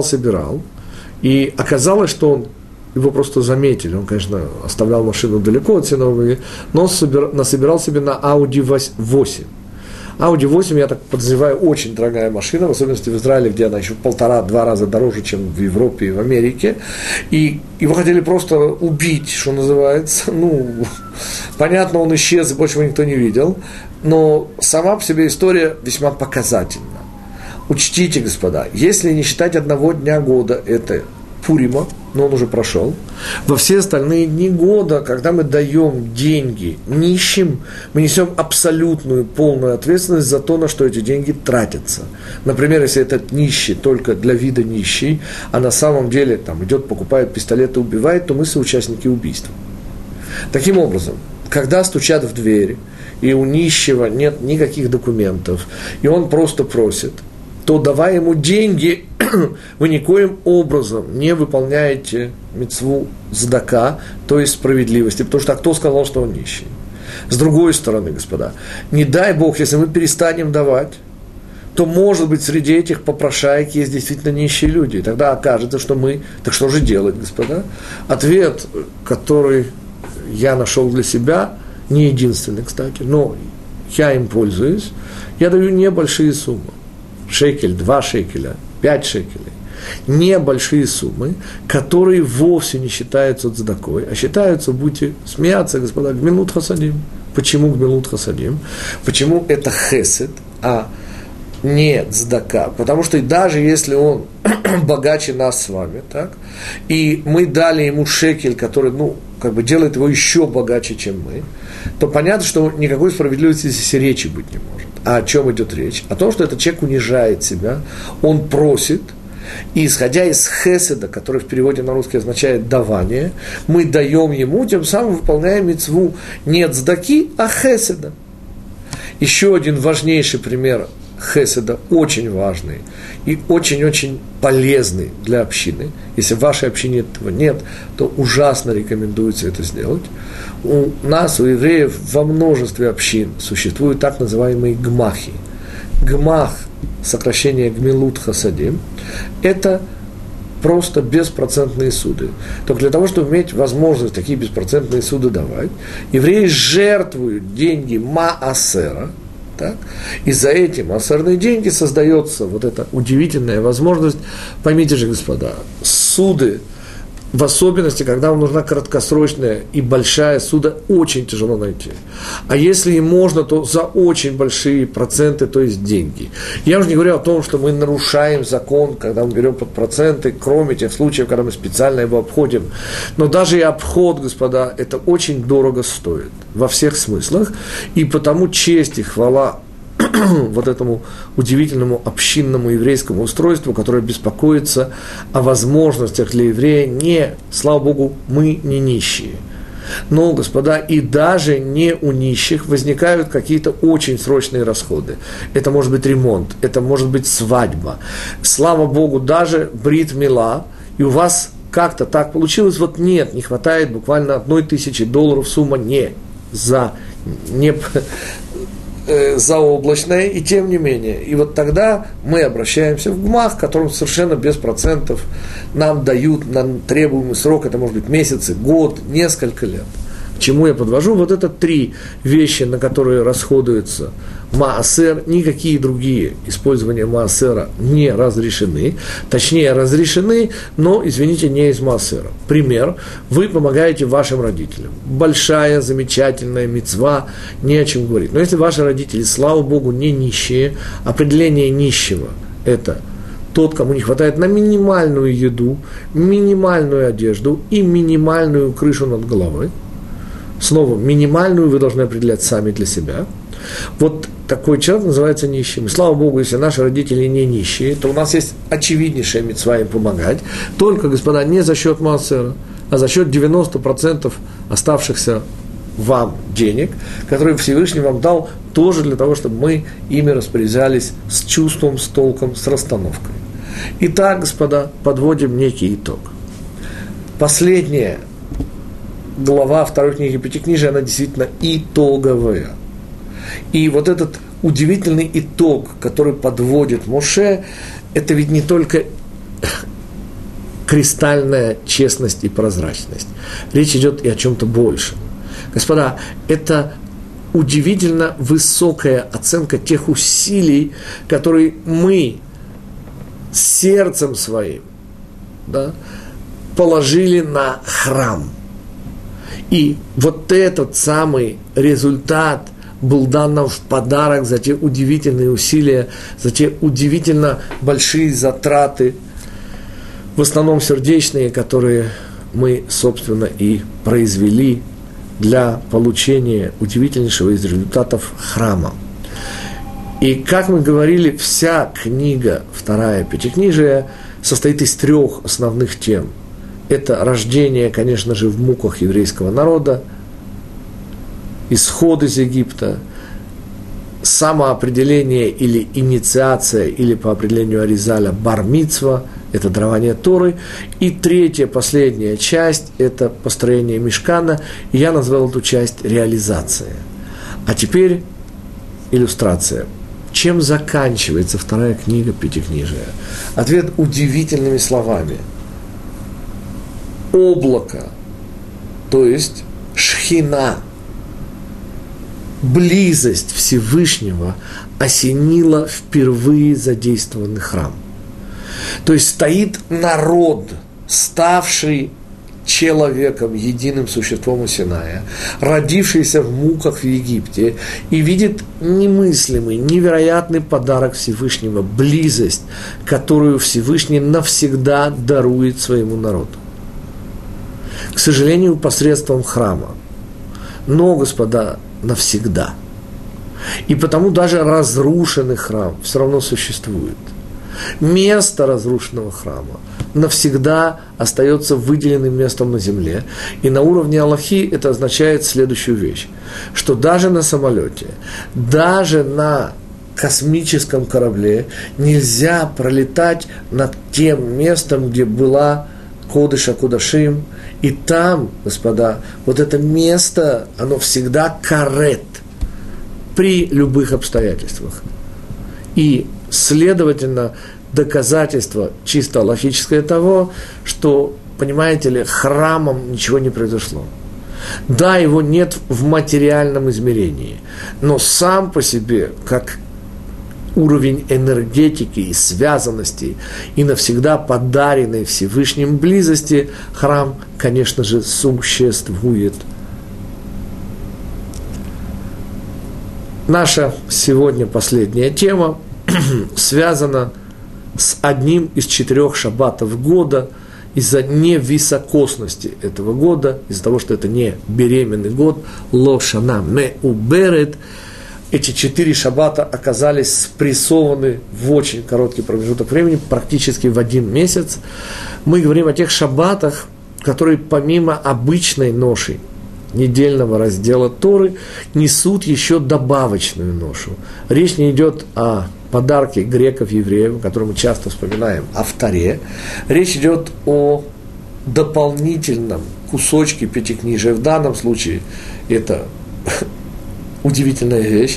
и оказалось, что его просто заметили, он, конечно, оставлял машину далеко от синагоги, но насобирал себе на Audi 8. Audi 8, я так подозреваю, очень дорогая машина, в особенности в Израиле, где она еще 1,5-2 раза дороже, чем в Европе и в Америке. И его хотели просто убить, что называется. Понятно, он исчез, и больше его никто не видел. Но сама по себе история весьма показательна. Учтите, господа, если не считать одного дня года, это Пурима, но он уже прошел, во все остальные дни года, когда мы даем деньги нищим, мы несем абсолютную, полную ответственность за то, на что эти деньги тратятся. Например, если этот нищий только для вида нищий, а на самом деле там, идет, покупает пистолет и убивает, то мы соучастники убийства. Таким образом, когда стучат в двери, и у нищего нет никаких документов, и он просто просит, то, давая ему деньги, вы никоим образом не выполняете мицву цдака, то есть справедливости, потому что кто сказал, что он нищий? С другой стороны, господа, не дай Бог, если мы перестанем давать, то, может быть, среди этих попрошаек есть действительно нищие люди. И тогда окажется, что мы... Так что же делать, господа? Ответ, который я нашел для себя, не единственный, кстати, но я им пользуюсь, я даю небольшие суммы. Шекель, 2 шекеля, 5 шекелей. Небольшие суммы, которые вовсе не считаются цдакой, а считаются, будете смеяться, господа, гмилут хасадим. Почему гмилут хасадим? Почему это хесед, а не цдака? Потому что даже если он богаче нас с вами, так, и мы дали ему шекель, который, делает его еще богаче, чем мы, то понятно, что никакой справедливости здесь речи быть не может. А о чем идет речь? О том, что этот человек унижает себя, он просит, и исходя из хеседа, который в переводе на русский означает давание, мы даем ему, тем самым выполняем мицву не цдаки, а хеседа. Еще один важнейший пример хеседа, очень важный и очень-очень полезный для общины. Если в вашей общине этого нет, то ужасно рекомендуется это сделать. У нас, у евреев, во множестве общин существуют так называемые гмахи. Гмах, сокращение гмилут хасадим, это просто беспроцентные суды. Только для того, чтобы иметь возможность такие беспроцентные суды давать, евреи жертвуют деньги маасера, так? И за эти маасерные деньги создается вот эта удивительная возможность. Поймите же, господа, суды, в особенности, когда вам нужна краткосрочная и большая суда, очень тяжело найти. А если и можно, то за очень большие проценты, то есть деньги. Я уже не говорю о том, что мы нарушаем закон, когда мы берем под проценты, кроме тех случаев, когда мы специально его обходим. Но даже и обход, господа, это очень дорого стоит во всех смыслах. И потому честь и хвала вот этому удивительному общинному еврейскому устройству, которое беспокоится о возможностях для еврея. Не, слава Богу, мы не нищие. Но, господа, и даже не у нищих возникают какие-то очень срочные расходы. Это может быть ремонт, это может быть свадьба. Слава Богу, даже брит мила, и у вас как-то так получилось, вот нет, не хватает буквально $1000, сумма не заоблачная, и тем не менее. И вот тогда мы обращаемся в ГМАХ, которым совершенно без процентов нам дают на требуемый срок, это может быть месяцы, год, несколько лет. К чему я подвожу? Вот это 3 вещи, на которые расходуется маасер, никакие другие использования маасера не разрешены, точнее разрешены, но, извините, не из маасера. Пример, вы помогаете вашим родителям, большая, замечательная мицва, не о чем говорить. Но если ваши родители, слава Богу, не нищие, определение нищего – это тот, кому не хватает на минимальную еду, минимальную одежду и минимальную крышу над головой. Снова, минимальную вы должны определять сами для себя. Вот такой человек называется нищим. И слава Богу, если наши родители не нищие, то у нас есть очевиднейшая мицва им помогать. Только, господа, не за счет маасера, а за счет 90% оставшихся вам денег, которые Всевышний вам дал тоже для того, чтобы мы ими распоряжались с чувством, с толком, с расстановкой. Итак, господа, подводим некий итог. Последняя глава 2 книги Пятикнижия, она действительно итоговая. И вот этот удивительный итог, который подводит Моше, это ведь не только кристальная честность и прозрачность. Речь идет и о чем-то большем. Господа, это удивительно высокая оценка тех усилий, которые мы сердцем своим, да, положили на храм. И вот этот самый результат был дан нам в подарок за те удивительные усилия, за те удивительно большие затраты, в основном сердечные, которые мы, собственно, и произвели для получения удивительнейшего из результатов храма. И, как мы говорили, вся книга, вторая Пятикнижия, состоит из 3 основных тем. Это рождение, конечно же, в муках еврейского народа, исход из Египта, самоопределение или инициация, или по определению Аризаля бар-мицва, это дарование Торы, и 3-я, последняя часть, это построение мишкана, и я назвал эту часть реализация. А теперь иллюстрация. Чем заканчивается вторая книга Пятикнижия? Ответ удивительными словами. Облако, то есть шхина, близость Всевышнего осенила впервые задействованный храм. То есть стоит народ, ставший человеком, единым существом у Синая, родившийся в муках в Египте, и видит немыслимый, невероятный подарок Всевышнего, близость, которую Всевышний навсегда дарует своему народу. К сожалению, посредством храма. Но, господа, навсегда. И потому даже разрушенный храм все равно существует. Место разрушенного храма навсегда остается выделенным местом на земле. И на уровне Аллахи это означает следующую вещь, что даже на самолете, даже на космическом корабле нельзя пролетать над тем местом, где была Кодеш а-Кодашим. И там, господа, вот это место, оно всегда карет при любых обстоятельствах. И, следовательно, доказательство чисто логическое того, что, понимаете ли, храмом ничего не произошло. Да, его нет в материальном измерении, но сам по себе, как уровень энергетики и связанности и навсегда подаренной Всевышним близости, храм, конечно же, существует. Наша сегодня последняя тема связана с одним из 4 шаббатов года, из-за невисокосности этого года, из-за того, что это не беременный год, ло шана меуберет, эти 4 шаббата оказались спрессованы в очень короткий промежуток времени, практически в 1 месяц. Мы говорим о тех шаббатах, которые помимо обычной ноши, недельного раздела Торы, несут еще добавочную ношу. Речь не идет о подарке греков-евреев, о котором мы часто вспоминаем, о Торе. Речь идет о дополнительном кусочке Пятикнижия. В данном случае это удивительная вещь.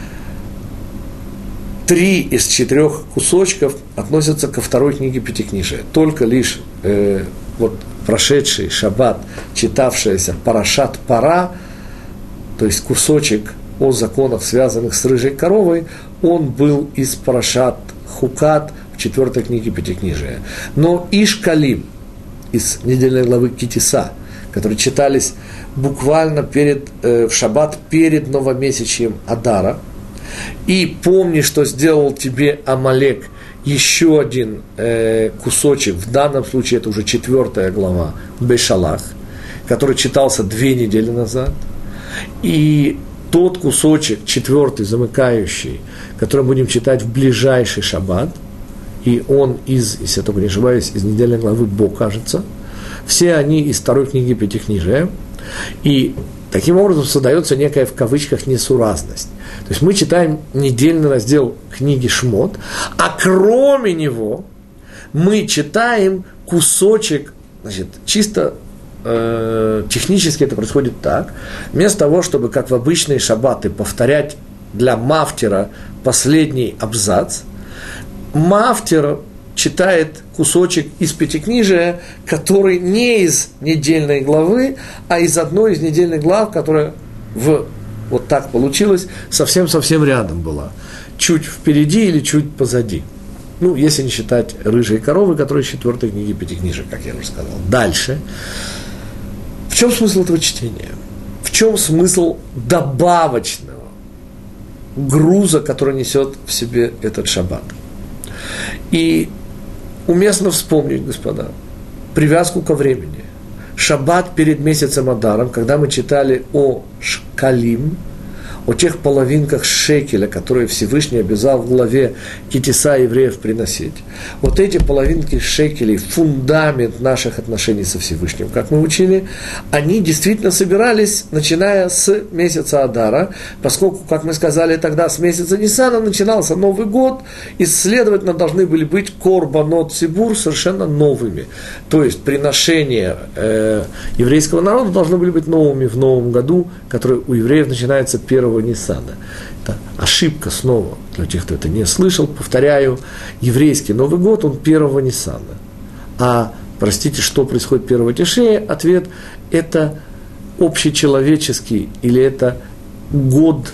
3 из 4 кусочков относятся ко 2 книге Пятикнижия. Только лишь прошедший шаббат, читавшаяся Парашат Пара, то есть кусочек о законах, связанных с рыжей коровой, он был из Парашат Хукат в 4 книге Пятикнижия. Но и Шкалим из недельной главы Китиса, которые читались буквально в шаббат перед новомесячьем Адара, и помни, что сделал тебе Амалек, еще один кусочек, в данном случае это уже 4 глава Бешалах, который читался 2 недели назад, и тот кусочек, 4 замыкающий, который мы будем читать в ближайший шаббат, и он если я только не ошибаюсь, из недельной главы Бо, кажется, все они из 2 книги Пятикнижия, и таким образом создается некая, в кавычках, несуразность. То есть мы читаем недельный раздел книги Шмот, а кроме него мы читаем кусочек, чисто технически это происходит так, вместо того, чтобы, как в обычные шаббаты, повторять для мафтера последний абзац, мафтер читает кусочек из Пятикнижия, который не из недельной главы, а из одной из недельных глав, которая вот так получилось, совсем-совсем рядом была. Чуть впереди или чуть позади. Если не считать рыжие коровы, которые из 4 книги Пятикнижия, как я уже сказал. Дальше. В чем смысл этого чтения? В чем смысл добавочного груза, который несет в себе этот шаббат. И уместно вспомнить, господа, привязку ко времени. Шаббат перед месяцем Адаром, когда мы читали о шкалим, о тех половинках шекеля, которые Всевышний обязал в главе Китиса евреев приносить. Вот эти половинки шекелей, фундамент наших отношений со Всевышним, как мы учили, они действительно собирались, начиная с месяца Адара, поскольку, как мы сказали тогда, с месяца Ниссана начинался Новый год, и, следовательно, должны были быть корбанот цибур совершенно новыми. То есть приношения еврейского народа должны были быть новыми в Новом году, который у евреев начинается 1 Ниссана. Это ошибка снова для тех, кто это не слышал. Повторяю, еврейский Новый год, он 1 Ниссана. А, простите, что происходит 1 Тишрея? Ответ – это общечеловеческий или это год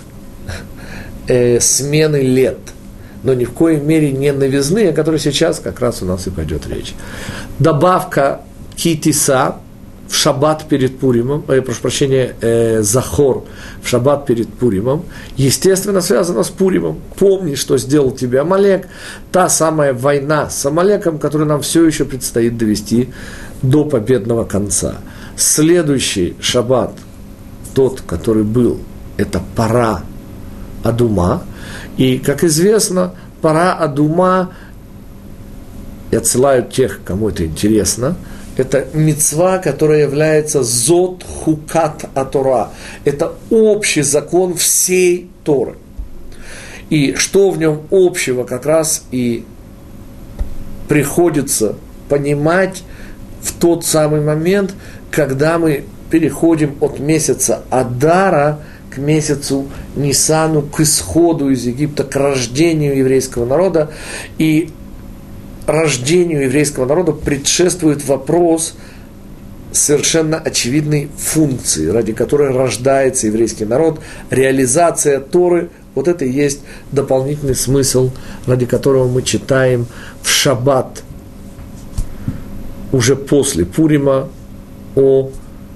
смены лет. Но ни в коей мере не новизны, о которой сейчас как раз у нас и пойдет речь. Добавка китиса в шаббат перед Пуримом, прошу прощения, захор в шаббат перед Пуримом, естественно, связана с Пуримом. Помни, что сделал тебе Амалек, та самая война с Амалеком, которую нам все еще предстоит довести до победного конца. Следующий шаббат, тот, который был, это пара Адума, и, как известно, пара Адума, я отсылаю тех, кому это интересно, это мицва, которая является зот хукат атора. Это общий закон всей Торы. И что в нем общего как раз и приходится понимать в тот самый момент, когда мы переходим от месяца Адара к месяцу Ниссану, к исходу из Египта, к рождению еврейского народа. И рождению еврейского народа предшествует вопрос совершенно очевидной функции, ради которой рождается еврейский народ, реализация Торы. Вот это и есть дополнительный смысл, ради которого мы читаем в шаббат, уже после Пурима, о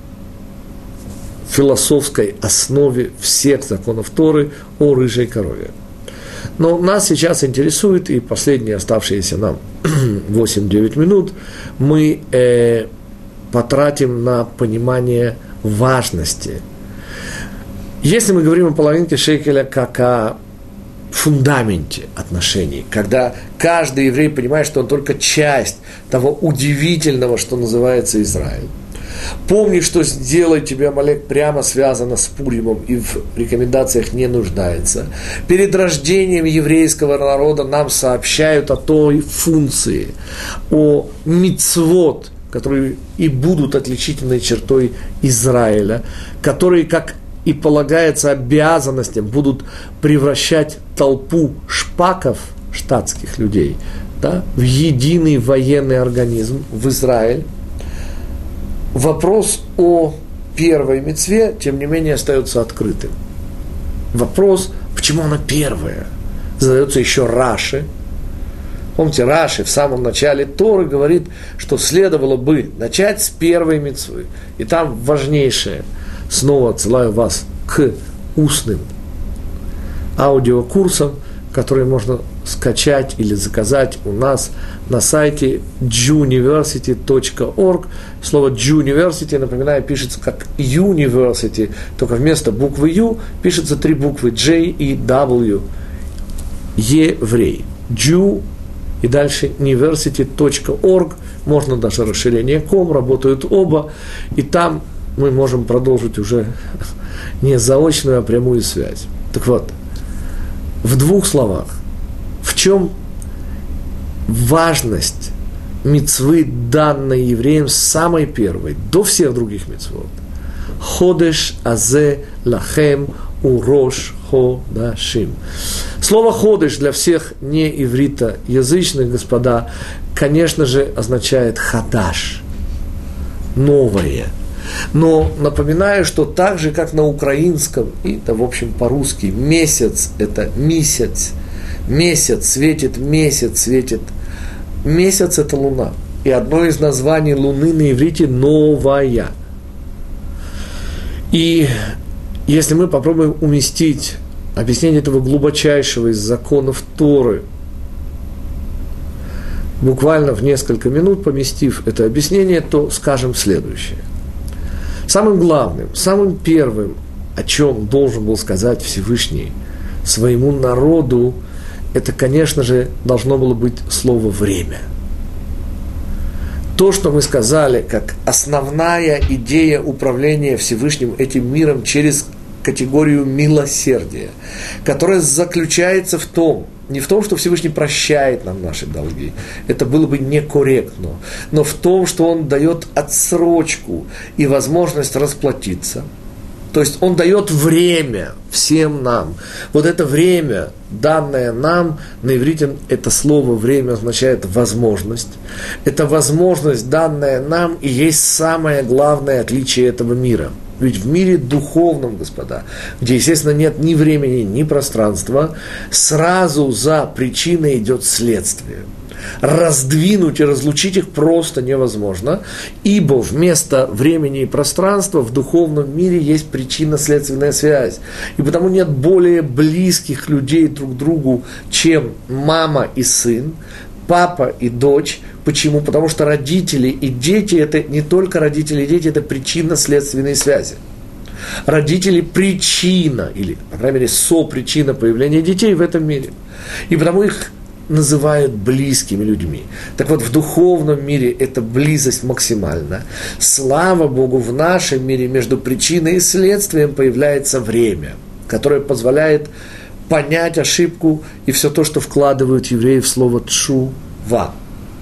философской основе всех законов Торы, о рыжей корове. Но нас сейчас интересует, и последние оставшиеся нам 8-9 минут, мы потратим на понимание важности. Если мы говорим о половинке шекеля как о фундаменте отношений, когда каждый еврей понимает, что он только часть того удивительного, что называется Израиль. Помни, что сделай тебе Амалек прямо связано с Пуримом и в рекомендациях не нуждается. Перед рождением еврейского народа нам сообщают о той функции, о мицвот, которые и будут отличительной чертой Израиля, которые, как и полагается обязанностям, будут превращать толпу шпаков, штатских людей, да, в единый военный организм, в Израиль. Вопрос о первой мицве, тем не менее, остается открытым. Вопрос, почему она первая, задается еще Раши. Помните, Раши в самом начале Торы говорит, что следовало бы начать с первой мицвы. И там важнейшее, снова отсылаю вас к устным аудиокурсам, которые можно скачать или заказать у нас на сайте jewuniversity.org. Слово Jewuniversity, напоминаю, пишется как University, только вместо буквы U пишется 3 буквы J и W. Еврей. Jew и дальше university.org. Можно даже расширение .com, работают оба. И там мы можем продолжить уже не заочную, а прямую связь. Так вот, в 2 словах, в чем важность мицвы, данной евреям, самой первой, до всех других мицвот? Ходеш азе лахем урош ходашим. Слово ходеш для всех неивритоязычных, господа, конечно же, означает хадаш, новое. Но напоминаю, что так же, как на украинском, и, да, в общем, по-русски, месяц – это месяц. Месяц светит, месяц светит. Месяц – это луна. И одно из названий луны на иврите – новая. И если мы попробуем уместить объяснение этого глубочайшего из законов Торы, буквально в несколько минут поместив это объяснение, то скажем следующее. Самым главным, самым первым, о чем должен был сказать Всевышний своему народу, это, конечно же, должно было быть слово «время». То, что мы сказали, как основная идея управления Всевышним этим миром через категорию милосердия, которая заключается в том, не в том, что Всевышний прощает нам наши долги, это было бы некорректно, но в том, что Он дает отсрочку и возможность расплатиться. То есть Он дает время всем нам. Вот это время, данное нам, на иврите это слово «время» означает «возможность». Это возможность, данная нам, и есть самое главное отличие этого мира. Ведь в мире духовном, господа, где, естественно, нет ни времени, ни пространства, сразу за причиной идет следствие. Раздвинуть и разлучить их просто невозможно, ибо вместо времени и пространства в духовном мире есть причинно-следственная связь. И потому нет более близких людей друг к другу, чем мама и сын, папа и дочь. Почему? Потому что родители и дети – это не только родители и дети, это причинно-следственные связи. Родители – причина, или, по крайней мере, сопричина появления детей в этом мире. И потому их называют близкими людьми. Так вот, в духовном мире эта близость максимальна. Слава Богу, в нашем мире между причиной и следствием появляется время, которое позволяет понять ошибку и все то, что вкладывают евреи в слово «тшува».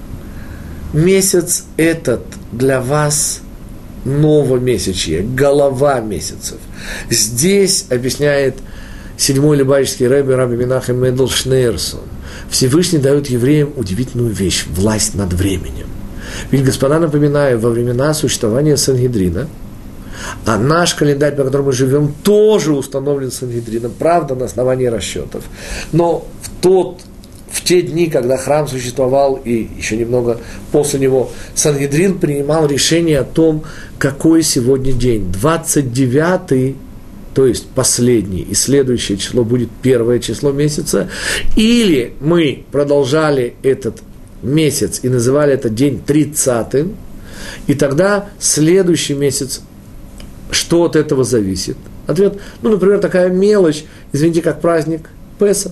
Месяц этот для вас новомесячье, голова месяцев. Здесь, объясняет 7-й Любавичский рэбби Раби Менахем Мендел Шнейрсон, Всевышний дает евреям удивительную вещь – власть над временем. Ведь, господа, напоминаю, во времена существования Сангедрина, а наш календарь, по которому мы живем, тоже установлен Сангедрином, правда, на основании расчетов. Но в те дни, когда храм существовал, и еще немного после него, Сангедрин принимал решение о том, какой сегодня день. 29-й, то есть последний, и следующее число будет первое число месяца, или мы продолжали этот месяц и называли этот день 30-м, и тогда следующий месяц, что от этого зависит? Ответ, например, такая мелочь, извините, как праздник Песах.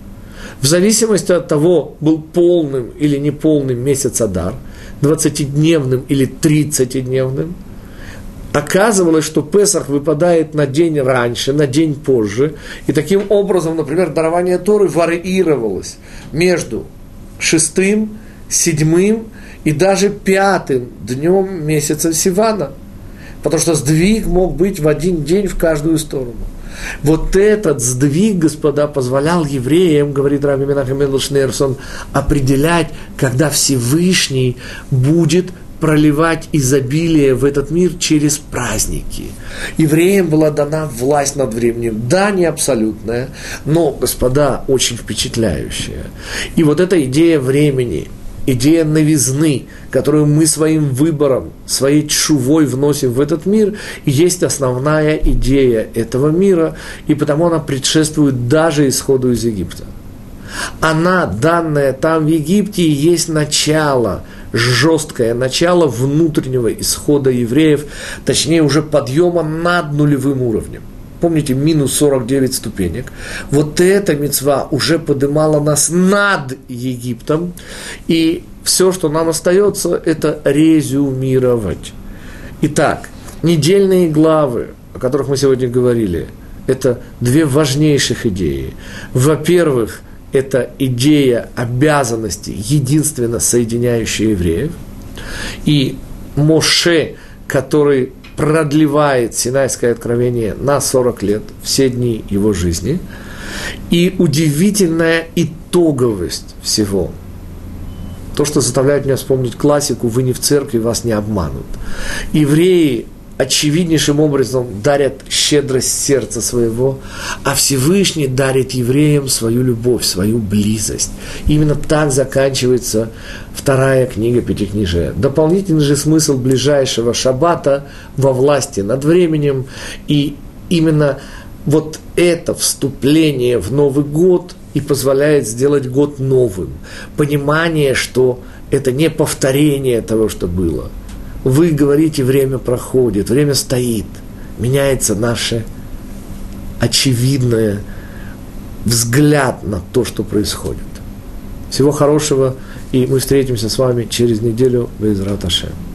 В зависимости от того, был полным или неполным месяц Адар, 20-дневным или 30-дневным, оказывалось, что Песах выпадает на день раньше, на день позже, и таким образом, например, дарование Торы варьировалось между 6-м, 7-м и даже 5-м днем месяца Сивана, потому что сдвиг мог быть в один день в каждую сторону. Вот этот сдвиг, господа, позволял евреям, говорит Раби Менахем Мендел Шнейрсон, определять, когда Всевышний будет проливать изобилие в этот мир через праздники. Евреям была дана власть над временем. Да, не абсолютная, но, господа, очень впечатляющая. И вот эта идея времени, идея новизны, которую мы своим выбором, своей тшувой вносим в этот мир, есть основная идея этого мира, и потому она предшествует даже исходу из Египта. Она, данная там в Египте, есть начало, жесткое начало внутреннего исхода евреев, точнее уже подъема над нулевым уровнем. Помните, минус 49 ступенек. Вот эта мицва уже поднимала нас над Египтом, и все, что нам остается, это резюмировать. Итак, недельные главы, о которых мы сегодня говорили, это две важнейших идеи. Во-первых, это идея обязанности, единственно соединяющая евреев, и Моше, который продлевает Синайское откровение на 40 лет, все дни его жизни, и удивительная итоговость всего. То, что заставляет меня вспомнить классику «Вы не в церкви, вас не обманут». Евреи очевиднейшим образом дарят щедрость сердца своего, а Всевышний дарит евреям свою любовь, свою близость. И именно так заканчивается вторая книга Пятикнижия. Дополнительный же смысл ближайшего шаббата во власти над временем, и именно вот это вступление в Новый год и позволяет сделать год новым. Понимание, что это не повторение того, что было. Вы говорите, время проходит, время стоит. Меняется наше очевидное взгляд на то, что происходит. Всего хорошего, и мы встретимся с вами через неделю. Бе'эзрат Ашем.